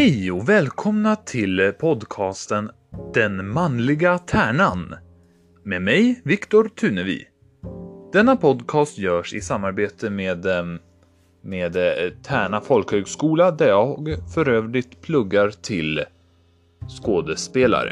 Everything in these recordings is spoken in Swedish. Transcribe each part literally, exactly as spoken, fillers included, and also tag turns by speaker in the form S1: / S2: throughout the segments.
S1: Hej och välkomna till podcasten Den manliga tärnan med mig, Viktor Tunevi. Denna podcast görs i samarbete med, med Tärna folkhögskola där jag för övrigt pluggar till skådespelare.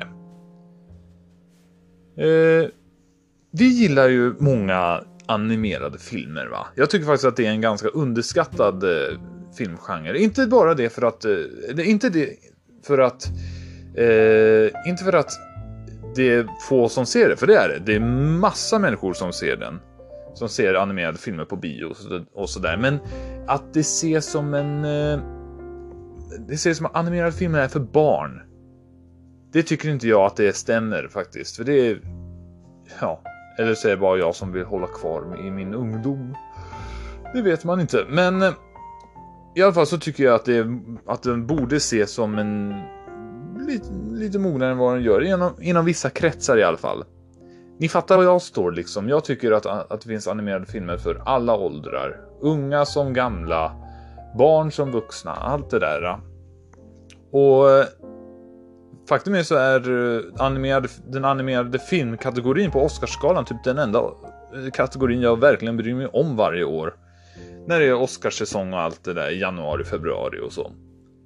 S1: Eh, vi gillar ju många animerade filmer, va? Jag tycker faktiskt att det är en ganska underskattad eh, filmgenre. Inte bara det för att eh, inte det för att eh, inte för att det är få som ser det, för det är det. Det är massa människor som ser den, som ser animerade filmer på bio och så där. Men att det ses som en eh, det ses som att animerade filmer är för barn. Det tycker inte jag att det stämmer faktiskt, för det är ja, eller så är det bara jag som vill hålla kvar i min ungdom. Det vet man inte, men i alla fall så tycker jag att, det, att den borde ses som en lite, lite mognare än vad den gör. Inom, inom vissa kretsar i alla fall. Ni fattar vad jag står liksom. Jag tycker att, att det finns animerade filmer för alla åldrar. Unga som gamla. Barn som vuxna. Allt det där. Och faktum är så är animerade, den animerade filmkategorin på Oscarsgalan typ den enda kategorin jag verkligen bryr mig om varje år. När det är Oscarssäsong och allt det där i januari, februari och så.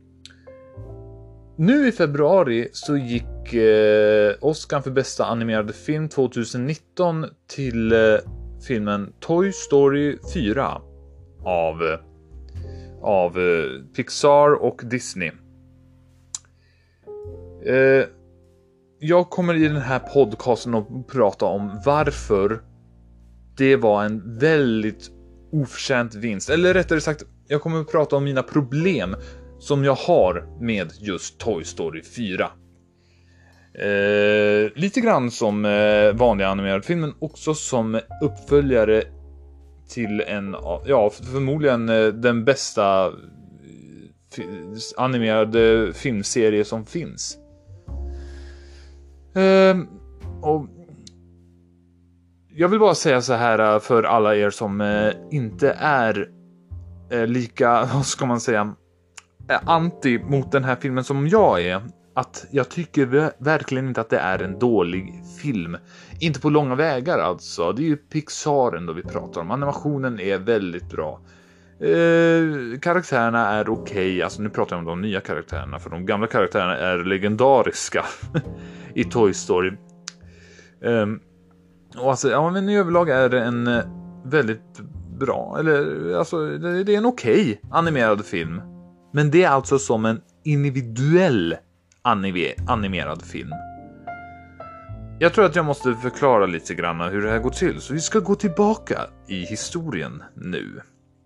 S1: Nu i februari så gick eh, Oscar för bästa animerade film tjugonitton till eh, filmen Toy Story fyra av, eh, av eh, Pixar och Disney. Eh, jag kommer i den här podcasten att prata om varför det var en väldigt oförtjänt vinst. Eller rättare sagt, jag kommer att prata om mina problem som jag har med just Toy Story fyra. Eh, lite grann som eh, vanliga animerade film, men också som uppföljare till en, ja, förmodligen eh, den bästa eh, animerade filmserie som finns. Eh, och jag vill bara säga så här för alla er som eh, inte är eh, lika, vad ska man säga, anti mot den här filmen som jag är. Att jag tycker verkligen inte att det är en dålig film. Inte på långa vägar alltså. Det är ju Pixar ändå vi pratar om. Animationen är väldigt bra. Eh, karaktärerna är okej. Okay. Alltså nu pratar jag om de nya karaktärerna. För de gamla karaktärerna är legendariska i Toy Story. Eh, och alltså, ja, men i överlag är det en väldigt bra, eller alltså det är en okej okay animerad film. Men det är alltså som en individuell animerad film. Jag tror att jag måste förklara lite grann hur det här går till. Så vi ska gå tillbaka i historien nu.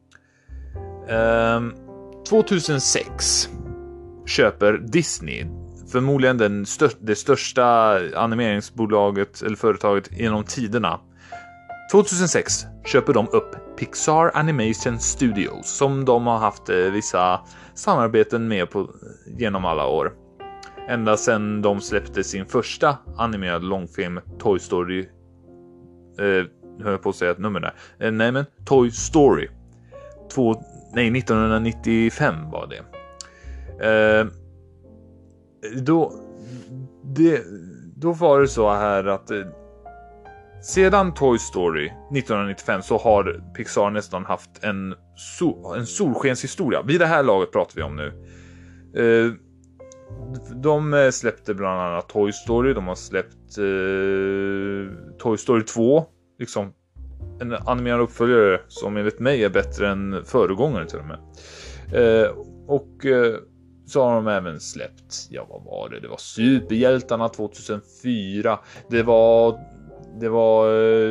S1: Ehm, tjugohundrasex köper Disney, förmodligen den stör- det största animeringsbolaget eller företaget genom tiderna. tjugohundrasex köper de upp Pixar Animation Studios, som de har haft eh, vissa samarbeten med på, genom alla år. Ända sedan de släppte sin första animerade långfilm Toy Story. Eh, hör jag på att säga ett nummer där. Eh, nej men Toy Story. Två, nej, nittonhundranittiofem var det. Eh, då, det. Då var det så här att eh, sedan Toy Story nittonhundranittiofem så har Pixar nästan haft en, sol, en solskenshistoria. Vid det här laget pratar vi om nu. Eh, de släppte bland annat Toy Story. De har släppt eh, Toy Story två. Liksom en animerad uppföljare som enligt mig är bättre än föregångaren till och med. Eh, och eh, så har de även släppt, ja vad var det? Det var Superhjältarna tjugohundrafyra. Det var Det var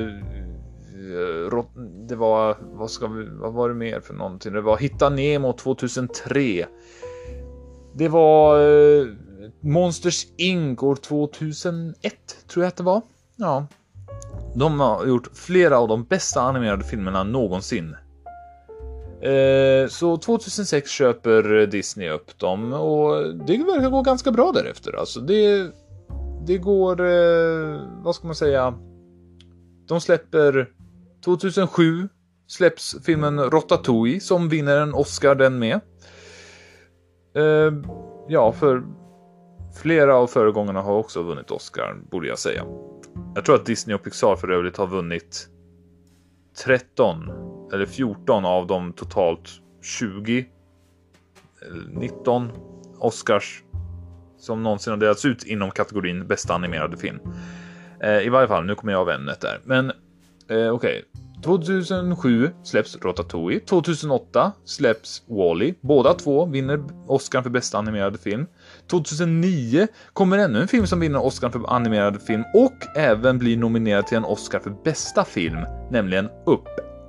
S1: det var vad ska vi vad var det mer för någonting? Det var Hitta Nemo tjugohundratre. Det var Monsters Incorporated år tvåtusenett tror jag att det var. Ja. De har gjort flera av de bästa animerade filmerna någonsin. Så tjugohundrasex köper Disney upp dem och det verkar gå ganska bra därefter. Alltså det det går vad ska man säga? De släpper tjugohundrasju släpps filmen Ratatouille som vinner en Oscar den med. Eh, ja, för flera av föregångarna har också vunnit Oscar, borde jag säga. Jag tror att Disney och Pixar för övrigt har vunnit tretton eller fjorton av de totalt tjugo nitton Oscars som någonsin har delats ut inom kategorin bästa animerade film. Eh, I varje fall, nu kommer jag av ämnet där. Men eh, okej. Okay. tjugohundrasju släpps Ratatouille. tjugohundraåtta släpps Wall-E. Båda två vinner Oscar för bästa animerade film. tjugohundranio kommer ännu en film som vinner Oscar för animerad film och även blir nominerad till en Oscar för bästa film, nämligen Upp.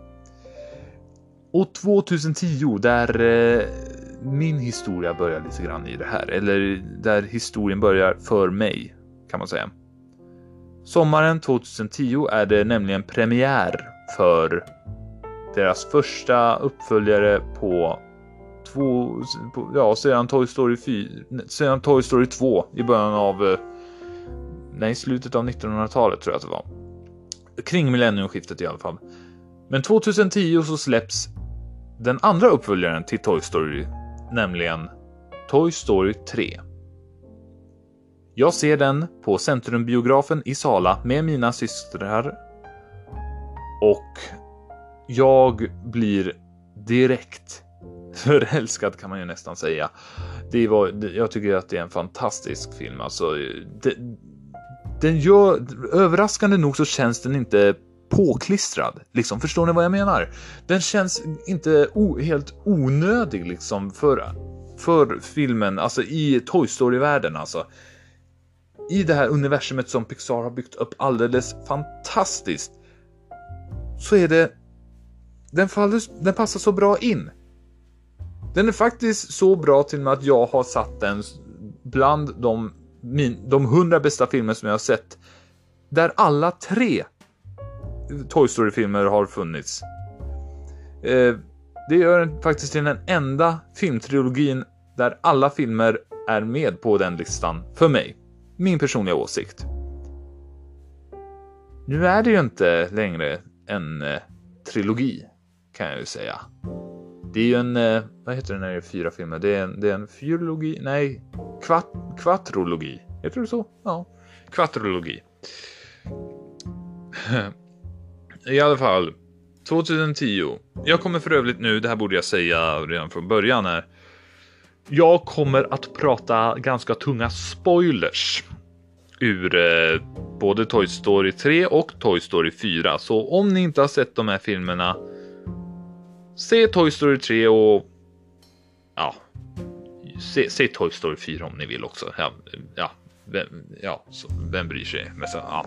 S1: Och tjugohundratio, där eh, min historia börjar lite grann i det här, eller där historien börjar för mig, kan man säga. Sommaren tjugohundratio är det nämligen premiär för deras första uppföljare på två, på, ja, sedan Toy Story fyra, sedan Toy Story två i början av, nej, slutet av nittonhundratalet tror jag att det var. Kring millenniumskiftet i alla fall. Men tjugohundratio så släpps den andra uppföljaren till Toy Story, nämligen Toy Story tre. Jag ser den på Centrumbiografen i Sala med mina systrar. Och jag blir direkt förälskad, kan man ju nästan säga. Det var, jag tycker att det är en fantastisk film. Alltså, det, den gör, överraskande nog så känns den inte påklistrad. Liksom, förstår ni vad jag menar? Den känns inte o, helt onödig liksom för, för filmen, alltså i Toy Story-världen alltså. I det här universumet som Pixar har byggt upp alldeles fantastiskt, så är det den, faller, den passar så bra in. Den är faktiskt så bra till och med att jag har satt den bland de, min, de hundra bästa filmer som jag har sett, där alla tre Toy Story-filmer har funnits. Eh, det gör den faktiskt till den enda filmtrilogin där alla filmer är med på den listan för mig. Min personliga åsikt. Nu är det ju inte längre en eh, trilogi, kan jag ju säga. Det är ju en, eh, vad heter det när det är fyra filmer? Det är en, det är en fyrologi, nej, kvart, kvartrologi. Heter det så? Ja, kvartrologi. I alla fall, tjugohundratio. Jag kommer för övrigt nu, det här borde jag säga redan från början här. Jag kommer att prata ganska tunga spoilers ur eh, både Toy Story tre och Toy Story fyra. Så om ni inte har sett de här filmerna, se Toy Story tre och ja, se, se Toy Story fyra om ni vill också. Ja, ja, vem, ja så, vem bryr sig? Men så, ja.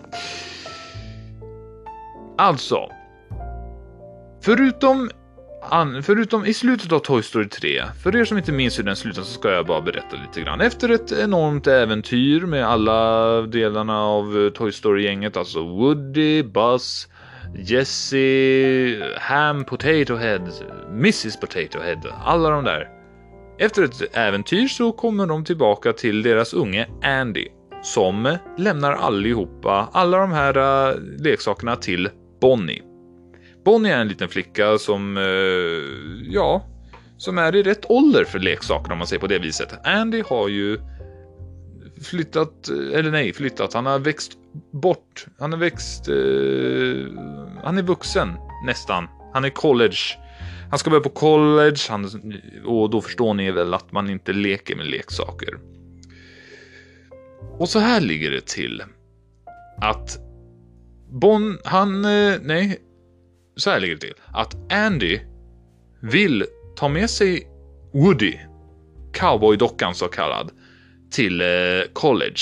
S1: Alltså, förutom Förutom i slutet av Toy Story tre, för er som inte minns hur den slutar, så ska jag bara berätta lite grann. Efter ett enormt äventyr med alla delarna av Toy Story-gänget, alltså Woody, Buzz, Jessie, Ham, Potato Head, missus Potato Head, alla de där. Efter ett äventyr så kommer de tillbaka till deras unge Andy, som lämnar allihopa, alla de här uh, leksakerna till Bonnie. Bonnie är en liten flicka som, eh, ja, som är i rätt ålder för leksaker, om man säger på det viset. Andy har ju flyttat, eller nej, flyttat. Han har växt bort. Han har växt, eh, han är vuxen nästan. Han är college. Han ska börja på college, han, och då förstår ni väl att man inte leker med leksaker. Och så här ligger det till. Att Bon, han, eh, nej... Så här ligger det till. Att Andy vill ta med sig Woody, cowboydockan så kallad, till eh, college.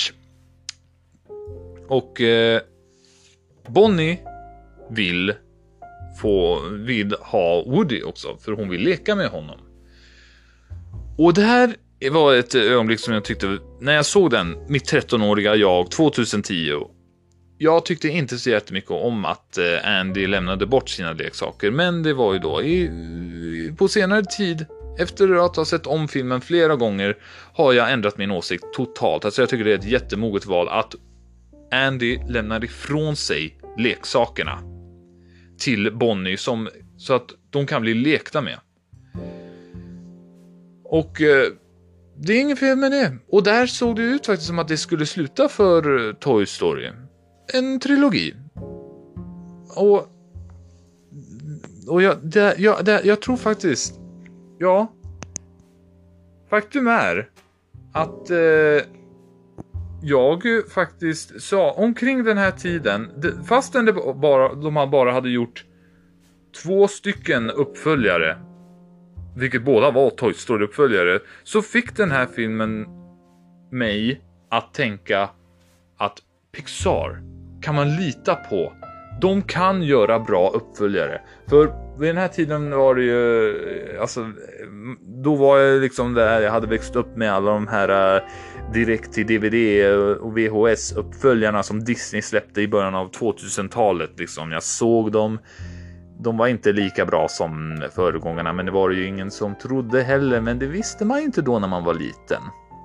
S1: Och eh, Bonnie vill få vill ha Woody också, för hon vill leka med honom. Och det här var ett ögonblick som jag tyckte, när jag såg den, mitt trettonåriga jag tjugohundratio. Jag tyckte inte så jättemycket om att Andy lämnade bort sina leksaker, men det var ju då i, på senare tid, efter att ha sett om filmen flera gånger, har jag ändrat min åsikt totalt. Alltså jag tycker det är ett jättemoget val att Andy lämnar ifrån sig leksakerna till Bonnie, som, så att de kan bli lekta med. Och det är inget fel med det. Och där såg det ut faktiskt som att det skulle sluta för Toy Story. En trilogi. Och och jag, det, jag, det, jag tror faktiskt, ja, faktum är att eh, jag faktiskt sa omkring den här tiden, det, fastän det bara, de bara hade gjort två stycken uppföljare, vilket båda var Toy Story-uppföljare, så fick den här filmen mig att tänka att Pixar kan man lita på. De kan göra bra uppföljare. För vid den här tiden var det ju, alltså, då var jag liksom där, jag hade växt upp med alla de här uh, direkt till D V D och V H S-uppföljarna som Disney släppte i början av tvåtusentalet. Liksom. Jag såg dem. De var inte lika bra som föregångarna, men det var ju ingen som trodde heller. Men det visste man inte då när man var liten.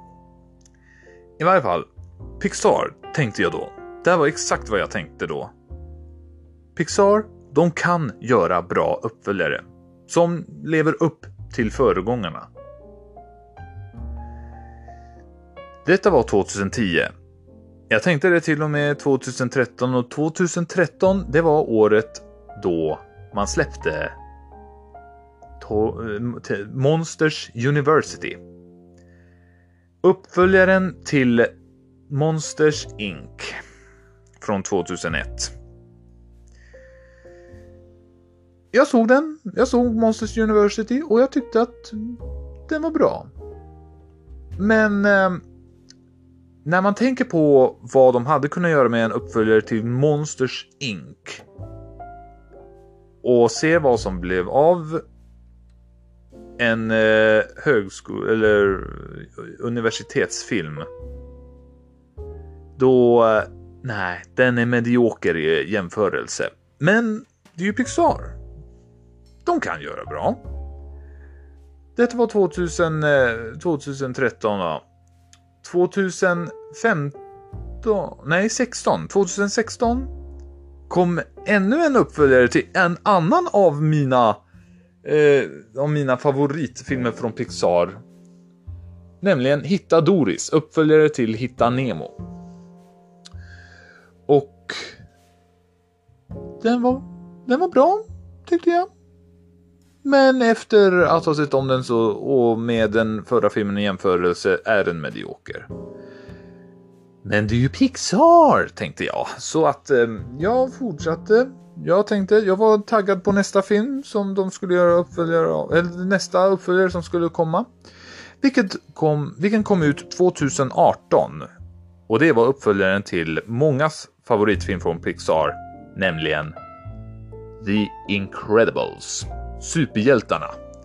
S1: I varje fall, Pixar tänkte jag då. Det var exakt vad jag tänkte då. Pixar, de kan göra bra uppföljare som lever upp till föregångarna. Detta var tjugohundratio. Jag tänkte det till och med tjugotretton, och tjugotretton det var året då man släppte to- Monsters University. Uppföljaren till Monsters Incorporated från tjugohundraett. Jag såg den, jag såg Monsters University och jag tyckte att den var bra. Men eh, när man tänker på vad de hade kunnat göra med en uppföljare till Monsters Incorporated och se vad som blev av en eh, högskol- eller universitetsfilm, då eh, nej, den är medioker i jämförelse. Men det är ju Pixar. De kan göra bra. Detta var tvåtusen, tjugotretton då. tjugofemton, nej sexton, tjugosexton kom ännu en uppföljare till en annan av mina eh, av mina favoritfilmer från Pixar. Nämligen Hitta Doris, uppföljare till Hitta Nemo. Och den var den var bra, tyckte jag. Men efter att ha sett om den så, och med den förra filmen i jämförelse, är den medioker. Men det är ju Pixar, tänkte jag. Så att eh, jag fortsatte. Jag tänkte, jag var taggad på nästa film som de skulle göra uppföljare av, eller nästa uppföljare som skulle komma. Vilket kom, vilken kom ut tjugoarton. Och det var uppföljaren till mångas favoritfilm från Pixar, nämligen The Incredibles. Superhjältarna.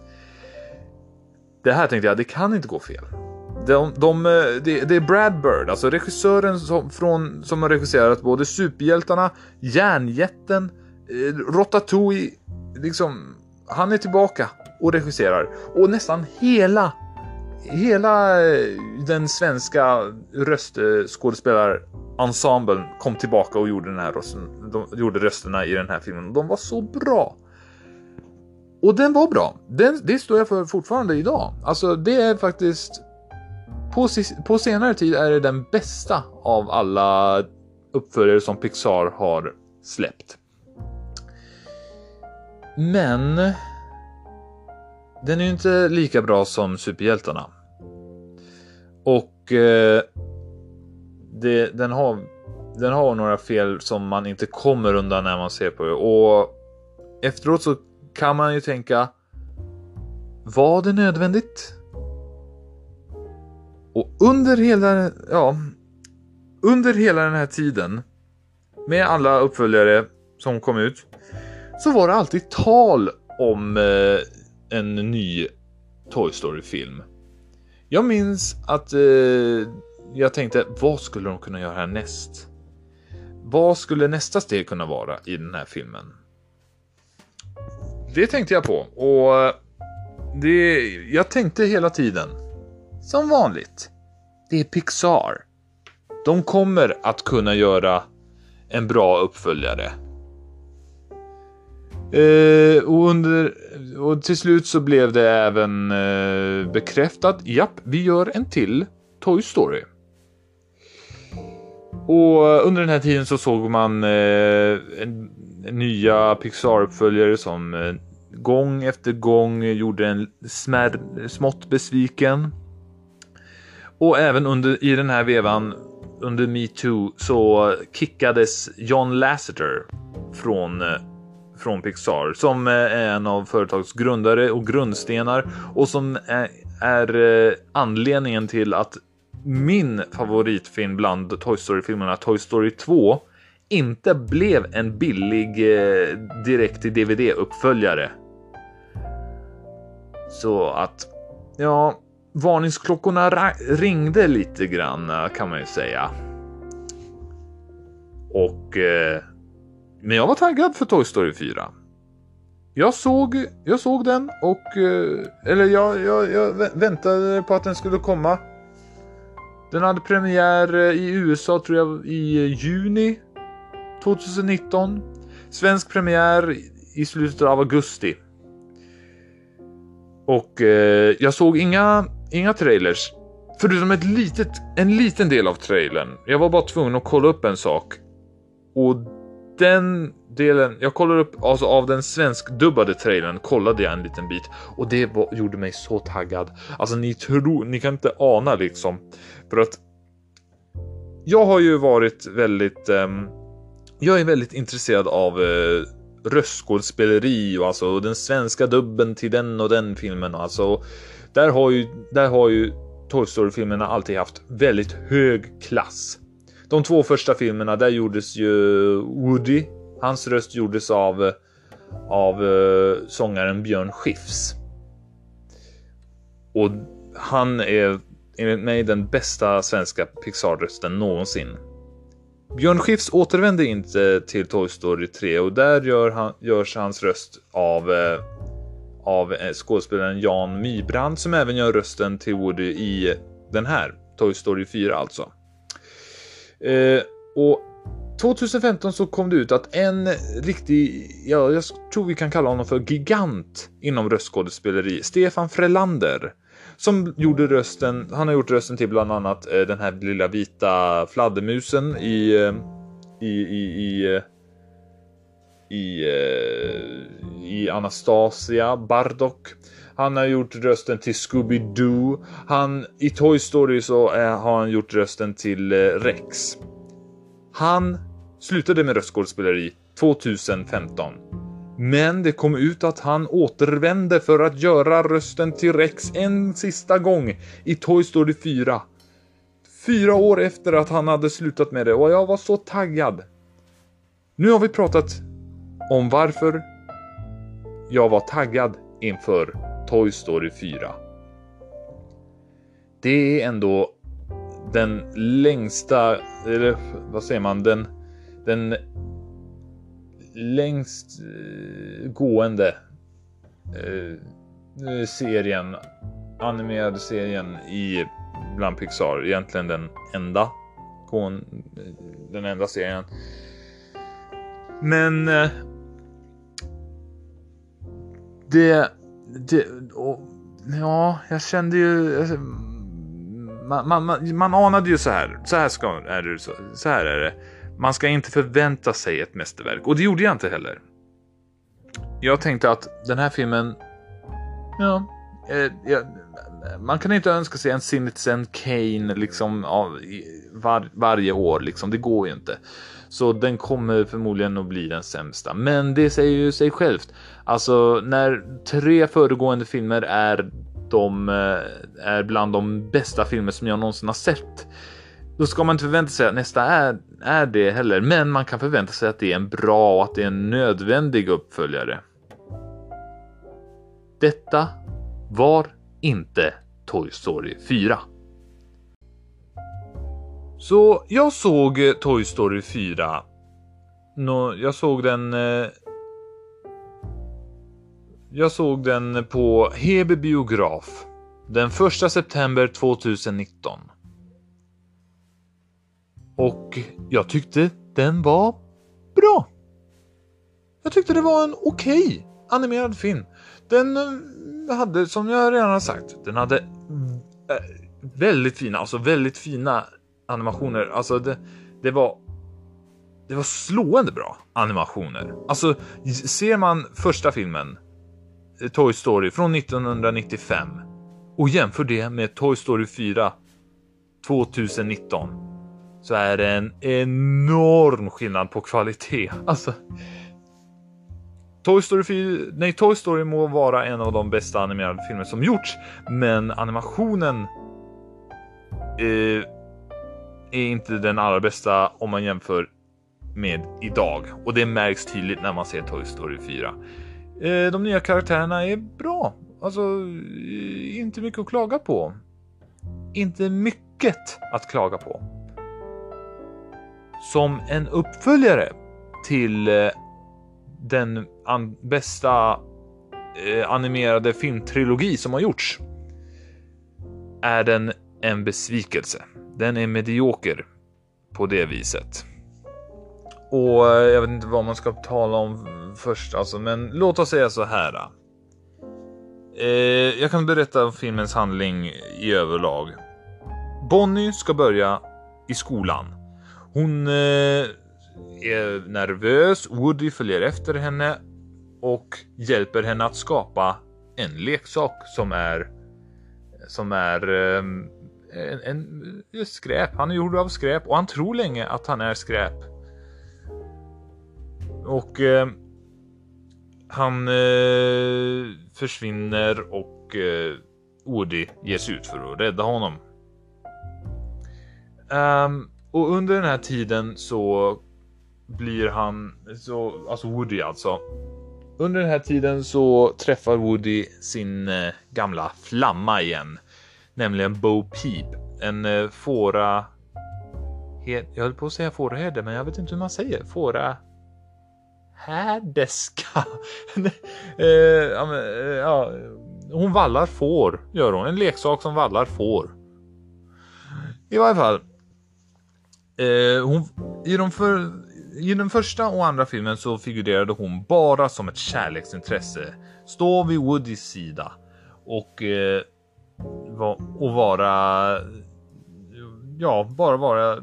S1: Det här tänkte jag, det kan inte gå fel. De, de, det, det är Brad Bird, alltså regissören som, från, som har regisserat både Superhjältarna, Järnjätten, Ratatouille, liksom, han är tillbaka och regisserar. Och nästan hela hela den svenska röstskådespelarensemblen kom tillbaka och gjorde den här rösten, de gjorde rösterna i den här filmen. De var så bra. Och den var bra. Den, det står jag för fortfarande idag. Alltså det är faktiskt på, på senare tid är det den bästa av alla uppföljare som Pixar har släppt. Men den är ju inte lika bra som Superhjältarna. Och eh, det, den, har, den har några fel som man inte kommer undan när man ser på det. Och efteråt så kan man ju tänka, var det nödvändigt? Och under hela, ja, under hela den här tiden med alla uppföljare som kom ut, så var det alltid tal om eh, en ny Toy Story-film. Jag minns att eh, jag tänkte, vad skulle de kunna göra härnäst? Vad skulle nästa steg kunna vara i den här filmen? Det tänkte jag på. Och det, jag tänkte hela tiden, som vanligt, det är Pixar. De kommer att kunna göra en bra uppföljare. Eh, och under, och till slut så blev det även eh, bekräftat. Japp, vi gör en till Toy Story. Och under den här tiden så såg man eh, en, en nya Pixar-uppföljare som eh, gång efter gång gjorde en smär, smått besviken. Och även under, i den här vevan, under Me Too, så kickades John Lasseter från, eh, från Pixar, som är en av företagets grundare och grundstenar, och som är, är eh, anledningen till att min favoritfilm bland Toy Story-filmerna, Toy Story två, inte blev en billig eh, direkt till D V D-uppföljare. Så att, ja, varningsklockorna ra- ringde lite grann, kan man ju säga. Och eh, men jag var taggad för Toy Story fyra. Jag såg, jag såg den och eh, eller jag, jag, jag väntade på att den skulle komma. Den hade premiär i U S A, tror jag, i juni tjugonitton. Svensk premiär i slutet av augusti. Och eh, jag såg inga, inga trailers. Förutom ett litet, en liten del av trailern. Jag var bara tvungen att kolla upp en sak. Och den delen, jag kollade upp, alltså av den svenskdubbade trailern kollade jag en liten bit. Och det var, gjorde mig så taggad. Alltså ni tror, ni kan inte ana liksom. För att jag har ju varit väldigt, um, jag är väldigt intresserad av uh, röstskådespeleri och alltså den svenska dubben till den och den filmen. Alltså där har ju, där har ju Toy Story-filmerna alltid haft väldigt hög klass. De två första filmerna, där gjordes ju Woody, hans röst gjordes av av uh, sångaren Björn Skifs. Och han är enligt mig den bästa svenska Pixar-rösten någonsin. Björn Skifs återvände inte till Toy Story tre, och där gör han, görs hans röst av eh, av skådespelaren Jan Mybrand, som även gör rösten till Woody i den här Toy Story fyra alltså. Eh, och tjugohundrafemton så kom det ut att en riktig, ja, jag tror vi kan kalla honom för gigant inom röstskådespeleri, Stefan Frelander, som gjorde rösten, han har gjort rösten till bland annat eh, den här lilla vita fladdermusen i eh, i i i i, eh, i Anastasia Bardock. Han har gjort rösten till Scooby-Doo. Han i Toy Story så eh, har han gjort rösten till eh, Rex. Han slutade med röstskådespeleri tjugohundrafemton. Men det kom ut att han återvände för att göra rösten till Rex en sista gång i Toy Story fyra. Fyra år efter att han hade slutat med det, och jag var så taggad. Nu har vi pratat om varför jag var taggad inför Toy Story fyra. Det är ändå den längsta, eller vad säger man, den, den längst eh, gående eh, serien, animerade serien i bland Pixar, egentligen den enda den enda serien. Men eh, det, det och, ja, jag kände ju alltså, man, man, man anade ju så här så här ska är det så, så här är det. Man ska inte förvänta sig ett mästerverk, och det gjorde jag inte heller. Jag tänkte att den här filmen, ja, eh, ja man kan inte önska sig en Citizen Kane liksom av var, varje år liksom, det går ju inte. Så den kommer förmodligen att bli den sämsta. Men det säger ju sig självt. Alltså när tre föregående filmer är de är bland de bästa filmer som jag någonsin har sett, då ska man inte förvänta sig att nästa är, är det heller. Men man kan förvänta sig att det är en bra och att det är en nödvändig uppföljare. Detta var inte Toy Story fyra. Så jag såg Toy Story fyra. Nå, jag såg den eh, Jag såg den på Hebe biograf den första september tjugonitton. Och jag tyckte den var bra. Jag tyckte det var en okej animerad film. Den eh, hade, som jag redan har sagt, den hade eh, väldigt fina, alltså väldigt fina animationer. Alltså det, det var det var slående bra animationer. Alltså ser man första filmen Toy Story från nittonhundranittiofem och jämför det med Toy Story fyra tjugonitton, så är det en enorm skillnad på kvalitet. Alltså Toy Story fyra, nej, Toy Story må vara en av de bästa animerade filmer som gjorts, men animationen eh, är inte den allra bästa om man jämför med idag, och det märks tydligt när man ser Toy Story fyra. Eh, de nya karaktärerna är bra, alltså eh, inte mycket att klaga på. Inte mycket att klaga på. Som en uppföljare till eh, den an- bästa eh, animerade filmtrilogi som har gjorts, är den en besvikelse. Den är medioker på det viset. Och eh, jag vet inte vad man ska tala om först, alltså, men låt oss säga så här. Eh, jag kan berätta om filmens handling i överlag. Bonnie ska börja i skolan. Hon eh, är nervös. Woody följer efter henne och hjälper henne att skapa en leksak som är som är eh, en, en skräp. Han är gjord av skräp och han tror länge att han är skräp. Och eh, han eh, försvinner och eh, Woody ger sig ut för att rädda honom. Um, och under den här tiden så blir han så, alltså Woody alltså. Under den här tiden så träffar Woody sin eh, gamla flamma igen, nämligen Bo Peep, en eh, fåra he, jag höll på att säga fåraherde, men jag vet inte hur man säger. Fåra härdeska. eh, ja, men, eh, ja, hon vallar får, gör hon. En leksak som vallar får. I varje fall. Eh, hon, i, de för, I den första och andra filmen så figurerade hon bara som ett kärleksintresse. Stå vid Woodys sida. Och, eh, va, och vara... Ja, bara vara...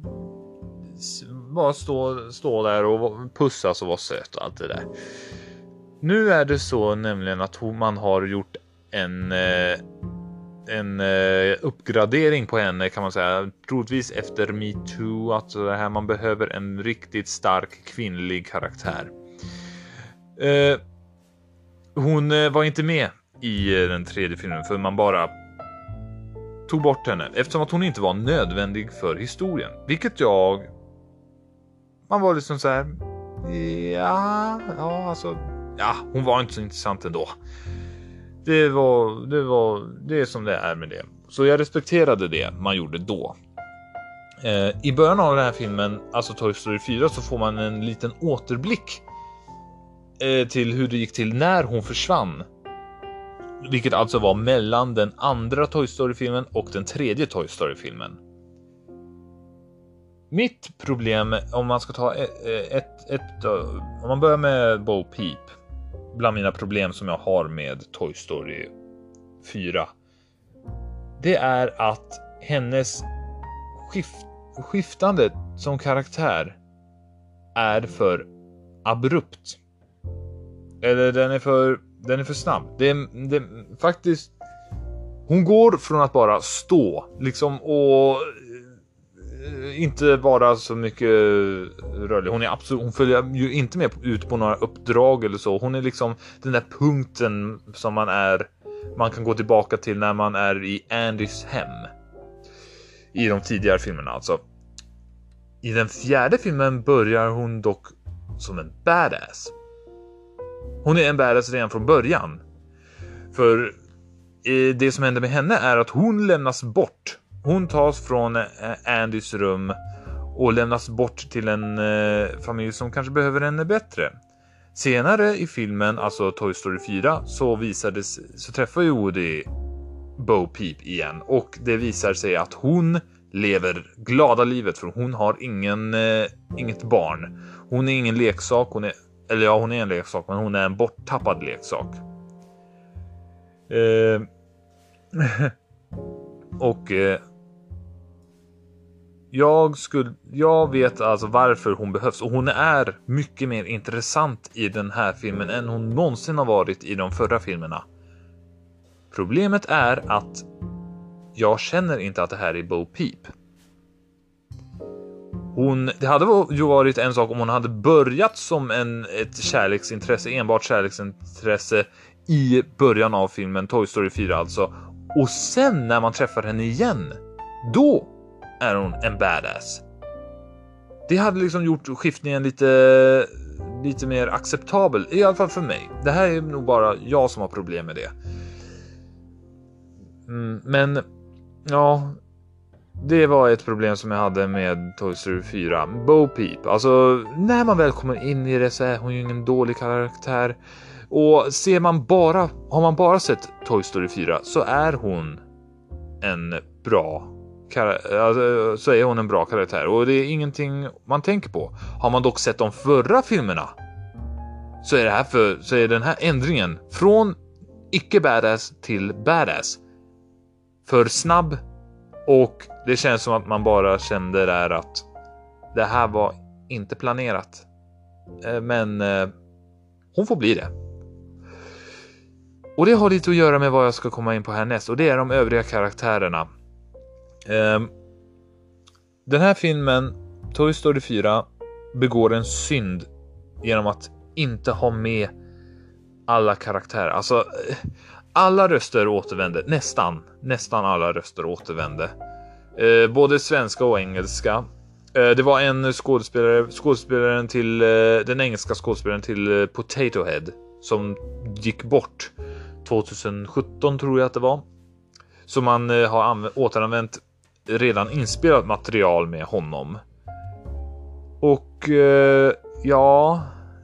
S1: Bara stå, stå där och pussas och vara söt och allt det där. Nu är det så nämligen att man har gjort en... Eh, en eh, uppgradering på henne, kan man säga, troligtvis efter Me Too, att det här, man behöver en riktigt stark kvinnlig karaktär. Eh, hon eh, var inte med i eh, den tredje filmen, för man bara tog bort henne eftersom att hon inte var nödvändig för historien, vilket jag man var liksom så här, ja, ja, alltså, ja, hon var inte så intressant ändå. Det var, det var det är som det är med det. Så jag respekterade det man gjorde då. Eh, I början av den här filmen, alltså Toy Story fyra, så får man en liten återblick eh, till hur det gick till när hon försvann. Vilket alltså var mellan den andra Toy Story-filmen och den tredje Toy Story-filmen. Mitt problem, om man ska ta ett, ett, ett om man börjar med Bo Peep, bland mina problem som jag har med Toy Story fyra, det är att hennes skift, skiftande som karaktär är för abrupt. Eller den är för den är för snabb. Det, det faktiskt hon går från att bara stå liksom och inte vara så mycket rörlig. Hon är absolut, hon följer ju inte med ut på några uppdrag eller så. Hon är liksom den där punkten som man är man kan gå tillbaka till när man är i Andys hem. I de tidigare filmerna alltså. I den fjärde filmen börjar hon dock som en badass. Hon är en badass redan från början. För det som händer med henne är att hon lämnas bort. Hon tas från Andys rum och lämnas bort till en familj som kanske behöver henne bättre. Senare i filmen, alltså Toy Story fyra, så visades, så träffar ju Woody Bo Peep igen. Och det visar sig att hon lever glada livet, för hon har ingen, eh, inget barn. Hon är ingen leksak, hon är, eller ja, hon är en leksak, men hon är en borttappad leksak. Eh, och eh, jag skulle jag vet alltså varför hon behövs, och hon är mycket mer intressant i den här filmen än hon någonsin har varit i de förra filmerna. Problemet är att jag känner inte att det här är Bo Peep. Hon, det hade ju varit en sak om hon hade börjat som en, ett kärleksintresse, enbart kärleksintresse i början av filmen Toy Story fyra alltså. Och sen när man träffar henne igen, då är hon en badass. Det hade liksom gjort skiftningen lite, lite mer acceptabel, i alla fall för mig. Det här är nog bara jag som har problem med det. Mm, men ja, det var ett problem som jag hade med Toy Story fyra. Bo Peep, alltså när man väl kommer in i det så är hon ju ingen dålig karaktär. Och ser man bara, har man bara sett Toy Story fyra så är hon en bra alltså, så är hon en bra karaktär. Och det är ingenting man tänker på. Har man dock sett de förra filmerna så är det här för, så är den här ändringen från icke badass till badass för snabb. Och det känns som att man bara kände där att det här var inte planerat. Men eh, hon får bli det. Och det har lite att göra med vad jag ska komma in på härnäst. Och det är de övriga karaktärerna. Eh, den här filmen, Toy Story fyra, begår en synd genom att inte ha med alla karaktärer. Alltså... Alla röster återvände, nästan, nästan alla röster återvände. Eh, både svenska och engelska. Eh, det var en skådespelare, skådespelaren till, eh, den engelska skådespelaren till eh, Potato Head som gick bort tjugohundrasjutton tror jag att det var. Så man eh, har anv- återanvänt redan inspelat material med honom. Och eh, ja...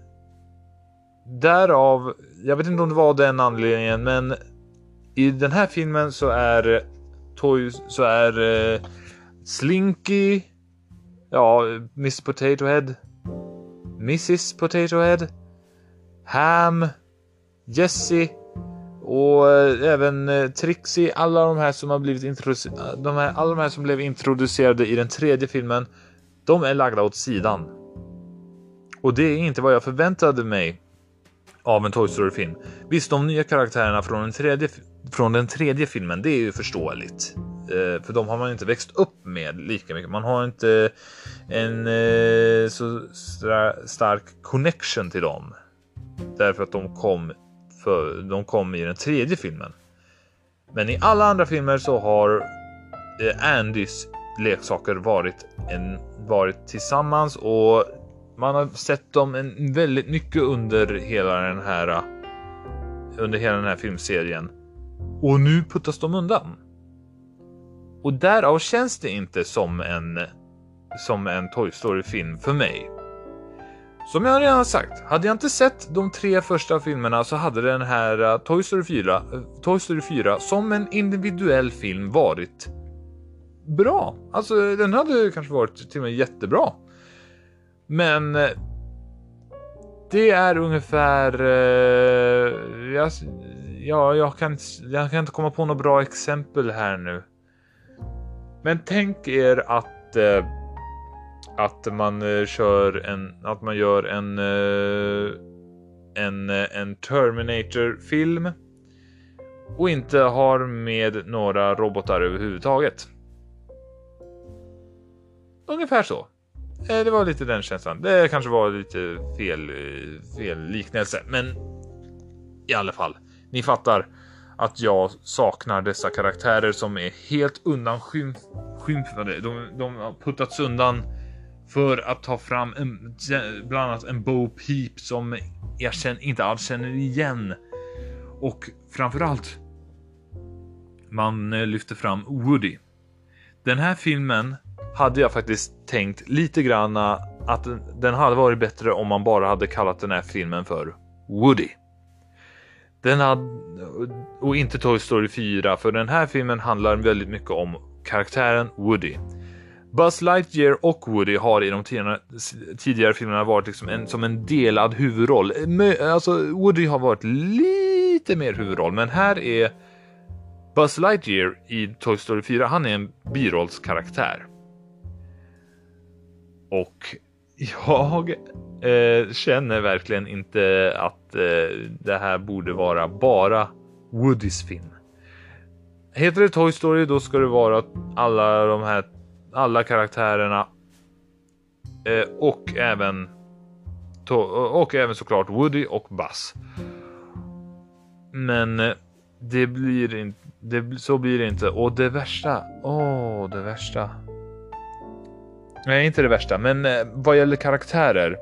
S1: Därav, jag vet inte om det var den anledningen, men i den här filmen så är Toy, så är eh, Slinky, ja, Miss Potato Head, missus Potato Head, Ham, Jessie och eh, även eh, Trixie, alla de här som har blivit introducerade, de här, alla de här som blev introducerade i den tredje filmen, de är lagda åt sidan. Och det är inte vad jag förväntade mig av en Toy Story-film. Visst, de nya karaktärerna från den tredje, från den tredje filmen, det är ju förståeligt. Eh, för de har man inte växt upp med lika mycket. Man har inte en eh, så stra- stark connection till dem. Därför att de kom, för, de kom i den tredje filmen. Men i alla andra filmer så har eh, Andys leksaker varit, en, varit tillsammans, och man har sett dem en väldigt mycket under hela den här under hela den här filmserien. Och nu puttas de undan. Och därav känns det inte som en som en Toy Story-film för mig. Som jag redan sagt, hade jag inte sett de tre första filmerna så hade den här Toy Story fyra, Toy Story fyra som en individuell film varit bra. Alltså den hade kanske varit till och med jättebra. Men det är ungefär eh, jag, ja, jag, kan, jag kan inte komma på något bra exempel här nu. Men tänk er att eh, att man eh, kör en att man gör en eh, en en Terminator-film och inte har med några robotar överhuvudtaget. Ungefär så. Det var lite den känslan. Det kanske var lite fel, fel liknelse. Men i alla fall. Ni fattar att jag saknar dessa karaktärer som är helt undanskymfade. De, de har puttats undan för att ta fram en, bland annat en Bo Peep som jag känner, inte alls känner igen. Och framförallt man lyfter fram Woody. Den här filmen hade jag faktiskt tänkt lite grann att den hade varit bättre om man bara hade kallat den här filmen för Woody. Den hade, och inte Toy Story fyra, för den här filmen handlar väldigt mycket om karaktären Woody. Buzz Lightyear och Woody har i de tidigare, tidigare filmerna varit liksom en, som en delad huvudroll. Alltså Woody har varit lite lite mer huvudroll, men här är Buzz Lightyear i Toy Story fyra, han är en birollskaraktär. Och jag eh, känner verkligen inte att eh, det här borde vara bara Woodys film. Heter det Toy Story, då ska det vara alla de här alla karaktärerna eh, och även to- och även såklart Woody och Buzz. Men eh, det blir inte det, så blir det inte. Och det värsta, åh oh, det värsta. Nej, inte det värsta, men eh, vad gäller karaktärer,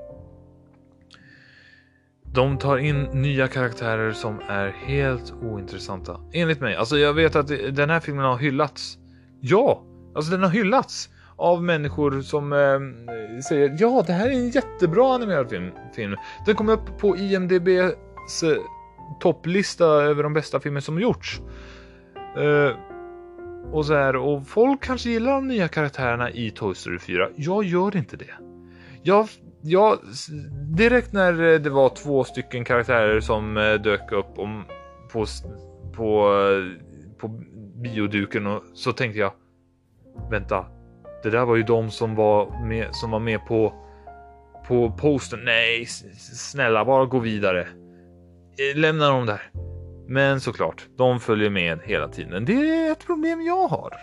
S1: de tar in nya karaktärer som är helt ointressanta. Enligt mig. Alltså jag vet att den här filmen har hyllats. Ja, alltså den har hyllats av människor som eh, säger ja, det här är en jättebra animerad film. film. Den kom upp på I M D B:s eh, topplista över de bästa filmer som gjorts. Eh, och så här, och folk kanske gillar de nya karaktärerna i Toy Story fyra. Jag gör inte det. Jag Ja, direkt när det var två stycken karaktärer som dök upp om, på, på, på bioduken, och så tänkte jag, vänta, det där var ju de som var med, som var med på, på posten. Nej, snälla, bara gå vidare. Lämna dem där. Men såklart, de följer med hela tiden. Det är ett problem jag har.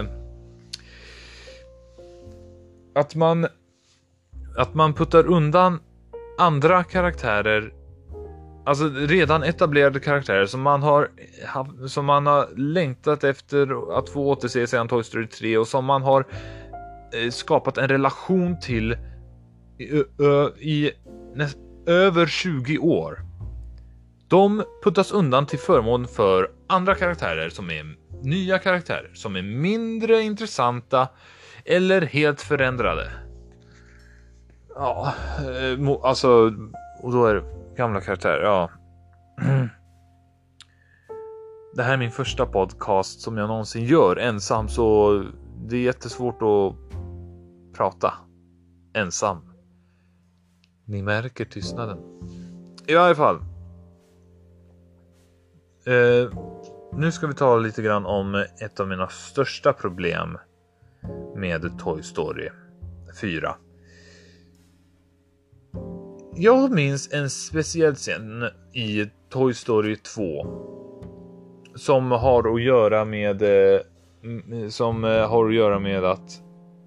S1: Att man Att man puttar undan andra karaktärer, alltså redan etablerade karaktärer som man har som man har längtat efter att få återse sedan Toy Story tre, och som man har skapat en relation till i, ö, i näst, över tjugo år. De puttas undan till förmån för andra karaktärer som är nya karaktärer, som är mindre intressanta eller helt förändrade. Ja, alltså, och då är det gamla karaktärer, ja. Det här är min första podcast som jag någonsin gör ensam, så det är jättesvårt att prata ensam. Ni märker tystnaden. I varje fall. Eh, nu ska vi tala lite grann om ett av mina största problem med Toy Story fyra. Jag minns en speciell scen i Toy Story två som har att göra med som har att göra med att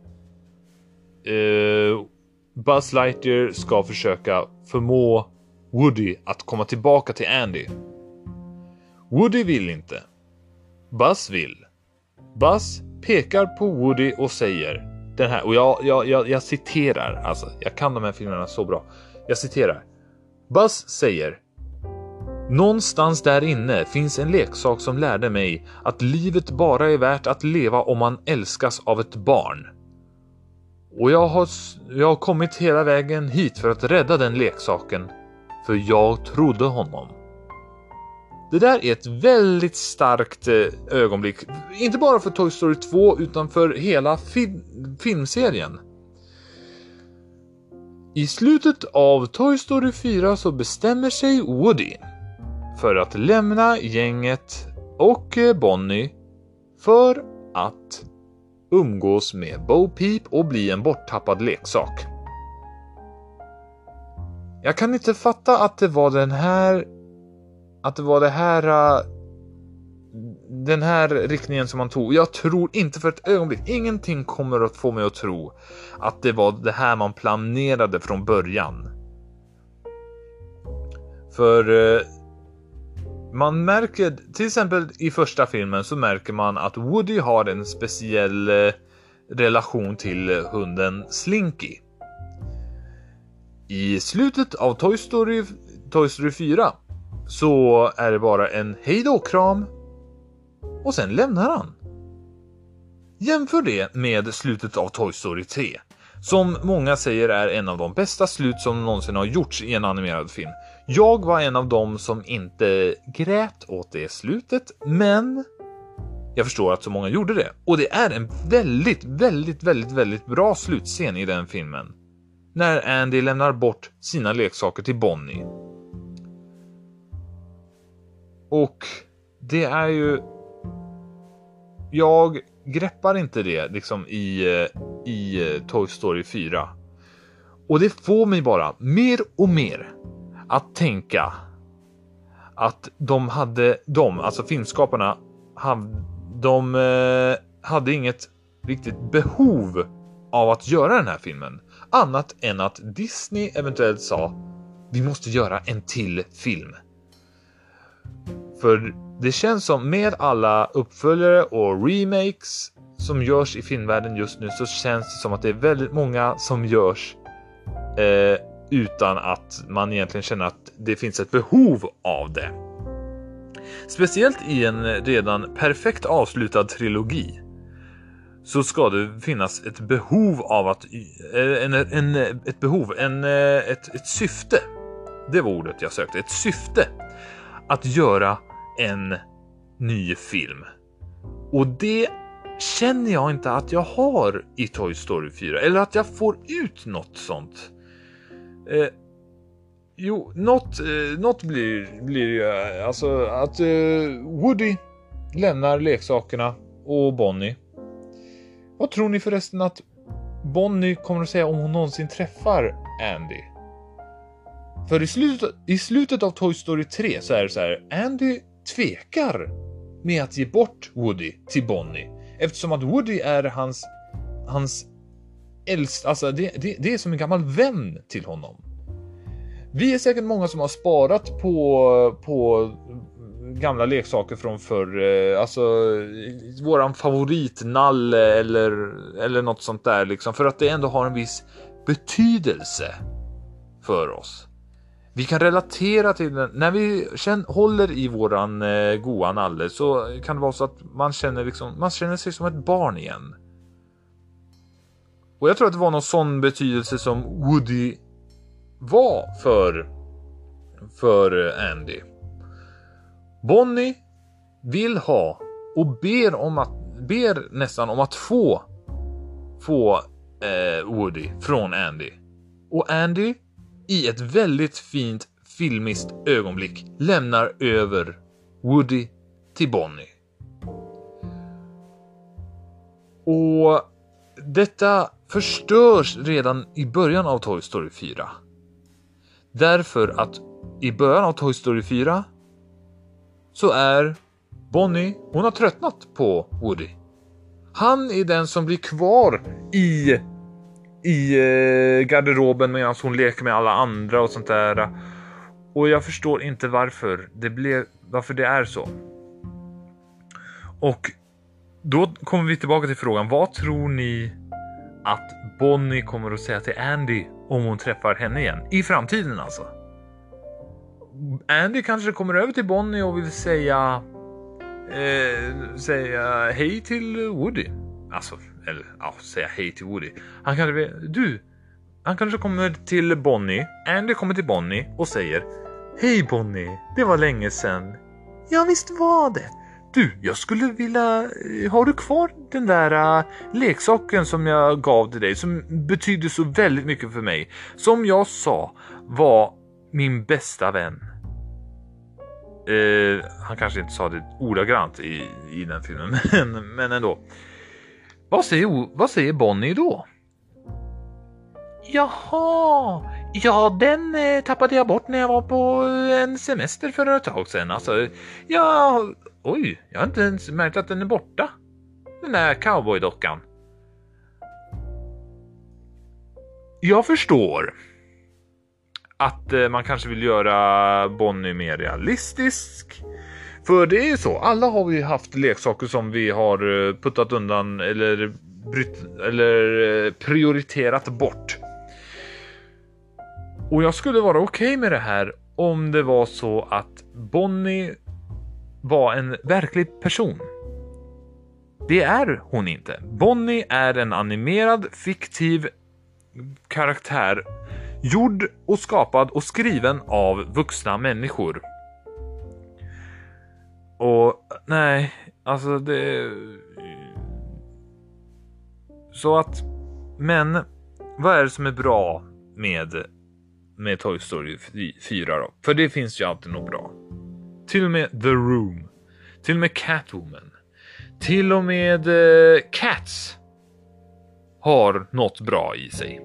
S1: eh, Buzz Lightyear ska försöka förmå Woody att komma tillbaka till Andy. Woody vill inte. Buzz vill. Buzz pekar på Woody och säger den här, och jag, jag, jag, jag citerar, alltså jag kan de här filmerna så bra. Jag citerar. Buzz säger: någonstans där inne finns en leksak som lärde mig att livet bara är värt att leva om man älskas av ett barn. Och jag har, jag har kommit hela vägen hit för att rädda den leksaken, för jag trodde honom. Det där är ett väldigt starkt ögonblick, inte bara för Toy Story två utan för hela fi- filmserien. I slutet av Toy Story fyra så bestämmer sig Woody för att lämna gänget och Bonnie för att umgås med Bo Peep och bli en borttappad leksak. Jag kan inte fatta att det var den här att det var det här den här riktningen som man tog. Jag tror inte för ett ögonblick, ingenting kommer att få mig att tro att det var det här man planerade från början. För eh, man märker, till exempel i första filmen så märker man att Woody har en speciell eh, relation till hunden Slinky. I slutet av Toy Story, Toy Story fyra så är det bara en hejdå-kram och sen lämnar han. Jämför det med slutet av Toy Story tre, som många säger är en av de bästa slut som någonsin har gjorts i en animerad film. Jag var en av dem som inte grät åt det slutet, men jag förstår att så många gjorde det. Och det är en väldigt, väldigt, väldigt, väldigt bra slutscen i den filmen. När Andy lämnar bort sina leksaker till Bonnie. Och det är ju... Jag greppar inte det liksom i, i Toy Story fyra. Och det får mig bara mer och mer att tänka att de hade, de, alltså filmskaparna, de hade inget riktigt behov av att göra den här filmen. Annat än att Disney eventuellt sa, vi måste göra en till film. För det känns som med alla uppföljare och remakes som görs i filmvärlden just nu, så känns det som att det är väldigt många som görs eh, utan att man egentligen känner att det finns ett behov av det. Speciellt i en redan perfekt avslutad trilogi så ska det finnas ett behov av att en, en, ett behov, en, ett, ett syfte. Det var ordet jag sökte. Ett syfte att göra en ny film. Och det känner jag inte att jag har i Toy Story fyra. Eller att jag får ut något sånt. Eh, jo, något, eh, något blir, blir ju alltså att eh, Woody lämnar leksakerna och Bonnie. Vad tror ni förresten att Bonnie kommer att säga om hon någonsin träffar Andy? För i slutet, i slutet av Toy Story tre så är det så här, Andy tvekar med att ge bort Woody till Bonnie. Eftersom att Woody är hans, hans äldst, alltså det, det, det är som en gammal vän till honom. Vi är säkert många som har sparat på, på gamla leksaker från förr. Alltså våran favoritnalle eller, eller något sånt där liksom. För att det ändå har en viss betydelse för oss. Vi kan relatera till den. När vi känner, håller i våran eh, goa nalle så kan det vara så att man känner, liksom, man känner sig som ett barn igen. Och jag tror att det var någon sån betydelse som Woody var för, för Andy. Bonnie vill ha och ber, om att, ber nästan om att få, få eh, Woody från Andy. Och Andy i ett väldigt fint filmiskt ögonblick lämnar över Woody till Bonnie. Och detta förstörs redan i början av Toy Story fyra. Därför att i början av Toy Story fyra så är Bonnie, hon har tröttnat på Woody. Han är den som blir kvar i i garderoben medan hon leker med alla andra och sånt där. Och jag förstår inte varför det blev, varför det är så. Och då kommer vi tillbaka till frågan, vad tror ni att Bonnie kommer att säga till Andy om hon träffar henne igen i framtiden alltså? Andy kanske kommer över till Bonnie och vill säga eh, säga hej till Woody. Alltså, eller ja, säga hej till Woody. Han kanske, du, han kanske kommer till Bonnie. Andy kommer till Bonnie och säger, hej Bonnie, det var länge sedan. Ja, visst var det. Du, jag skulle vilja, har du kvar den där uh, leksaken som jag gav till dig, som betyder så väldigt mycket för mig, som jag sa var min bästa vän. Uh, han kanske inte sa det ordagrant i, i den filmen, men, men ändå. Vad säger, vad säger Bonnie då? Jaha, ja den eh, tappade jag bort när jag var på en semester för ett tag sedan. Alltså, ja, oj, jag har inte ens märkt att den är borta. Den där cowboydockan. Jag förstår att eh, man kanske vill göra Bonnie mer realistisk. För det är så, alla har vi haft leksaker som vi har puttat undan eller, bryt, eller prioriterat bort. Och jag skulle vara okej okay med det här om det var så att Bonnie var en verklig person. Det är hon inte. Bonnie är en animerad, fiktiv karaktär, gjord och skapad och skriven av vuxna människor. Och nej, alltså det... Så att... Men, vad är det som är bra med, med Toy Story fyra då? För det finns ju alltid något bra. till och med The Room, till och med Catwoman, till och med uh, Cats har något bra i sig.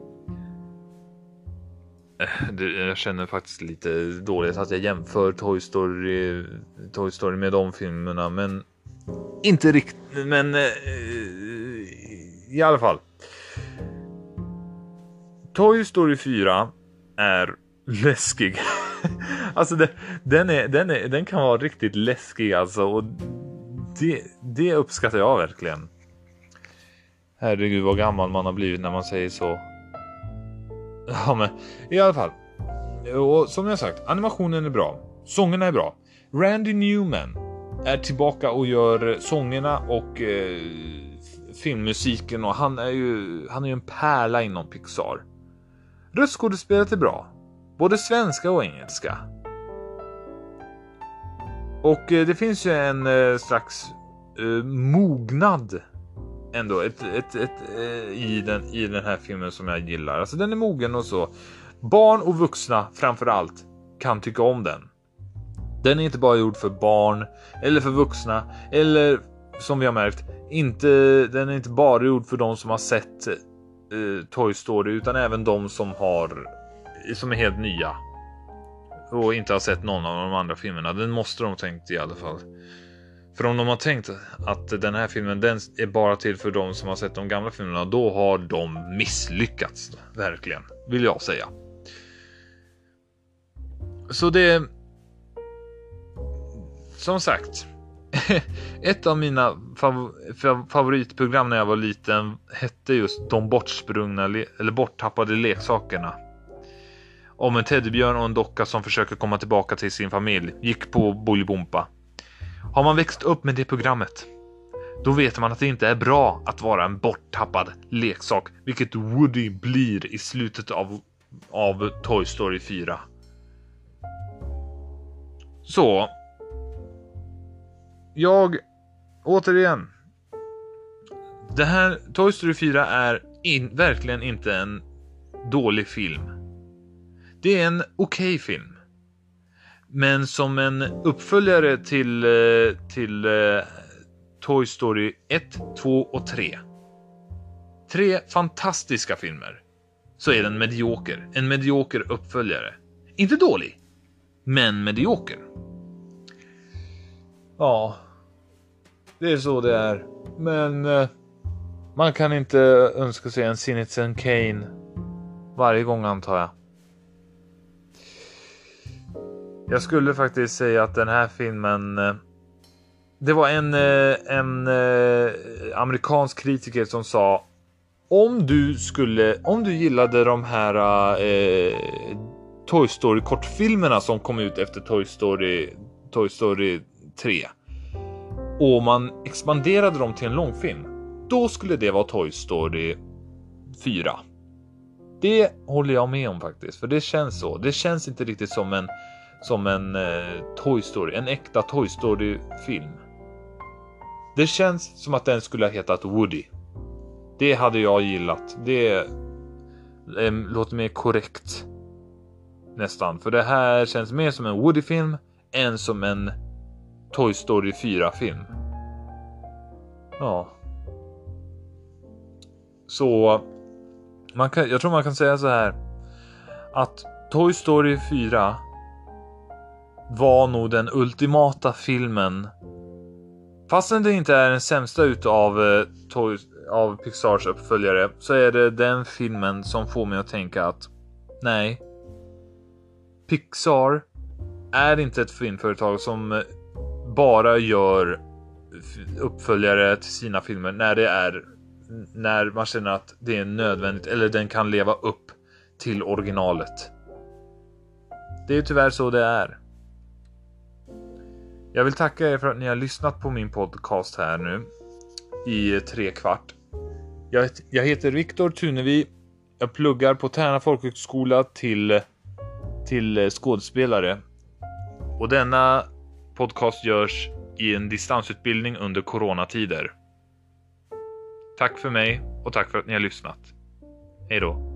S1: Jag känner faktiskt lite dåligt att jag jämför Toy Story, Toy Story med de filmerna, men inte riktigt, men uh, i alla fall. Toy Story fyra är läskig. Alltså det, den, är, den, är, den kan vara riktigt läskig alltså, och det, det uppskattar jag verkligen. Herregud vad gammal man har blivit när man säger så. Ja, men i alla fall. Och som jag sagt, animationen är bra. Sångerna är bra. Randy Newman är tillbaka och gör sångerna och eh, filmmusiken, och han är ju han är ju en pärla inom Pixar. Röstskådespelet är bra. Både svenska och engelska. Och eh, det finns ju en eh, slags eh, mognad ändå ett, ett, ett, eh, i, den, i den här filmen som jag gillar. Alltså den är mogen och så. Barn och vuxna framförallt kan tycka om den. Den är inte bara gjord för barn eller för vuxna, eller som vi har märkt, inte, den är inte bara gjord för de som har sett eh, Toy Story, utan även de som har som är helt nya och inte har sett någon av de andra filmerna. Den måste de tänkt i alla fall. För om de har tänkt att den här filmen den är bara till för de som har sett de gamla filmerna, då har de misslyckats verkligen, vill jag säga. Så det, som sagt, ett av mina fav- favoritprogram när jag var liten hette just De bortsprungna le- eller borttappade leksakerna. Om en teddybjörn och en docka som försöker komma tillbaka till sin familj. Gick på Bolibompa. Har man växt upp med det programmet, då vet man att det inte är bra att vara en borttappad leksak, vilket Woody blir i slutet av, av Toy Story fyra. Så jag återigen, det här Toy Story fyra är in, verkligen inte en dålig film. Det är en okej film. Men som en uppföljare till, till uh, Toy Story ett, två och tre. Tre fantastiska filmer. Så är den medioker. En medioker uppföljare. Inte dålig, men medioker. Ja, det är så det är. Men uh, man kan inte önska sig en Citizen Kane varje gång, antar jag. Jag skulle faktiskt säga att den här filmen, det var en, en amerikansk kritiker som sa, om du skulle, om du gillade de här eh, Toy Story kortfilmerna som kom ut efter Toy Story, Toy Story tre, och man expanderade dem till en långfilm, då skulle det vara Toy Story fyra. Det håller jag med om faktiskt, för det känns så. Det känns inte riktigt som en som en eh, Toy Story, en äkta Toy Story film. Det känns som att den skulle ha hetat Woody. Det hade jag gillat. Det eh, låter mer korrekt nästan, för det här känns mer som en Woody-film än som en Toy Story fyra-film. Ja. Så man kan, jag tror man kan säga så här, att Toy Story fyra var nog den ultimata filmen. Fastän det inte är den sämsta utav eh, Toy, av Pixars uppföljare, så är det den filmen som får mig att tänka att nej, Pixar är inte ett filmföretag som bara gör uppföljare till sina filmer när det är när man känner att det är nödvändigt eller den kan leva upp till originalet. Det är tyvärr så det är. Jag vill tacka er för att ni har lyssnat på min podcast här nu i tre kvart. Jag, jag heter Viktor Tunevi. Jag pluggar på Tärna folkhögskola till, till skådespelare. Och denna podcast görs i en distansutbildning under coronatider. Tack för mig och tack för att ni har lyssnat. Hej då.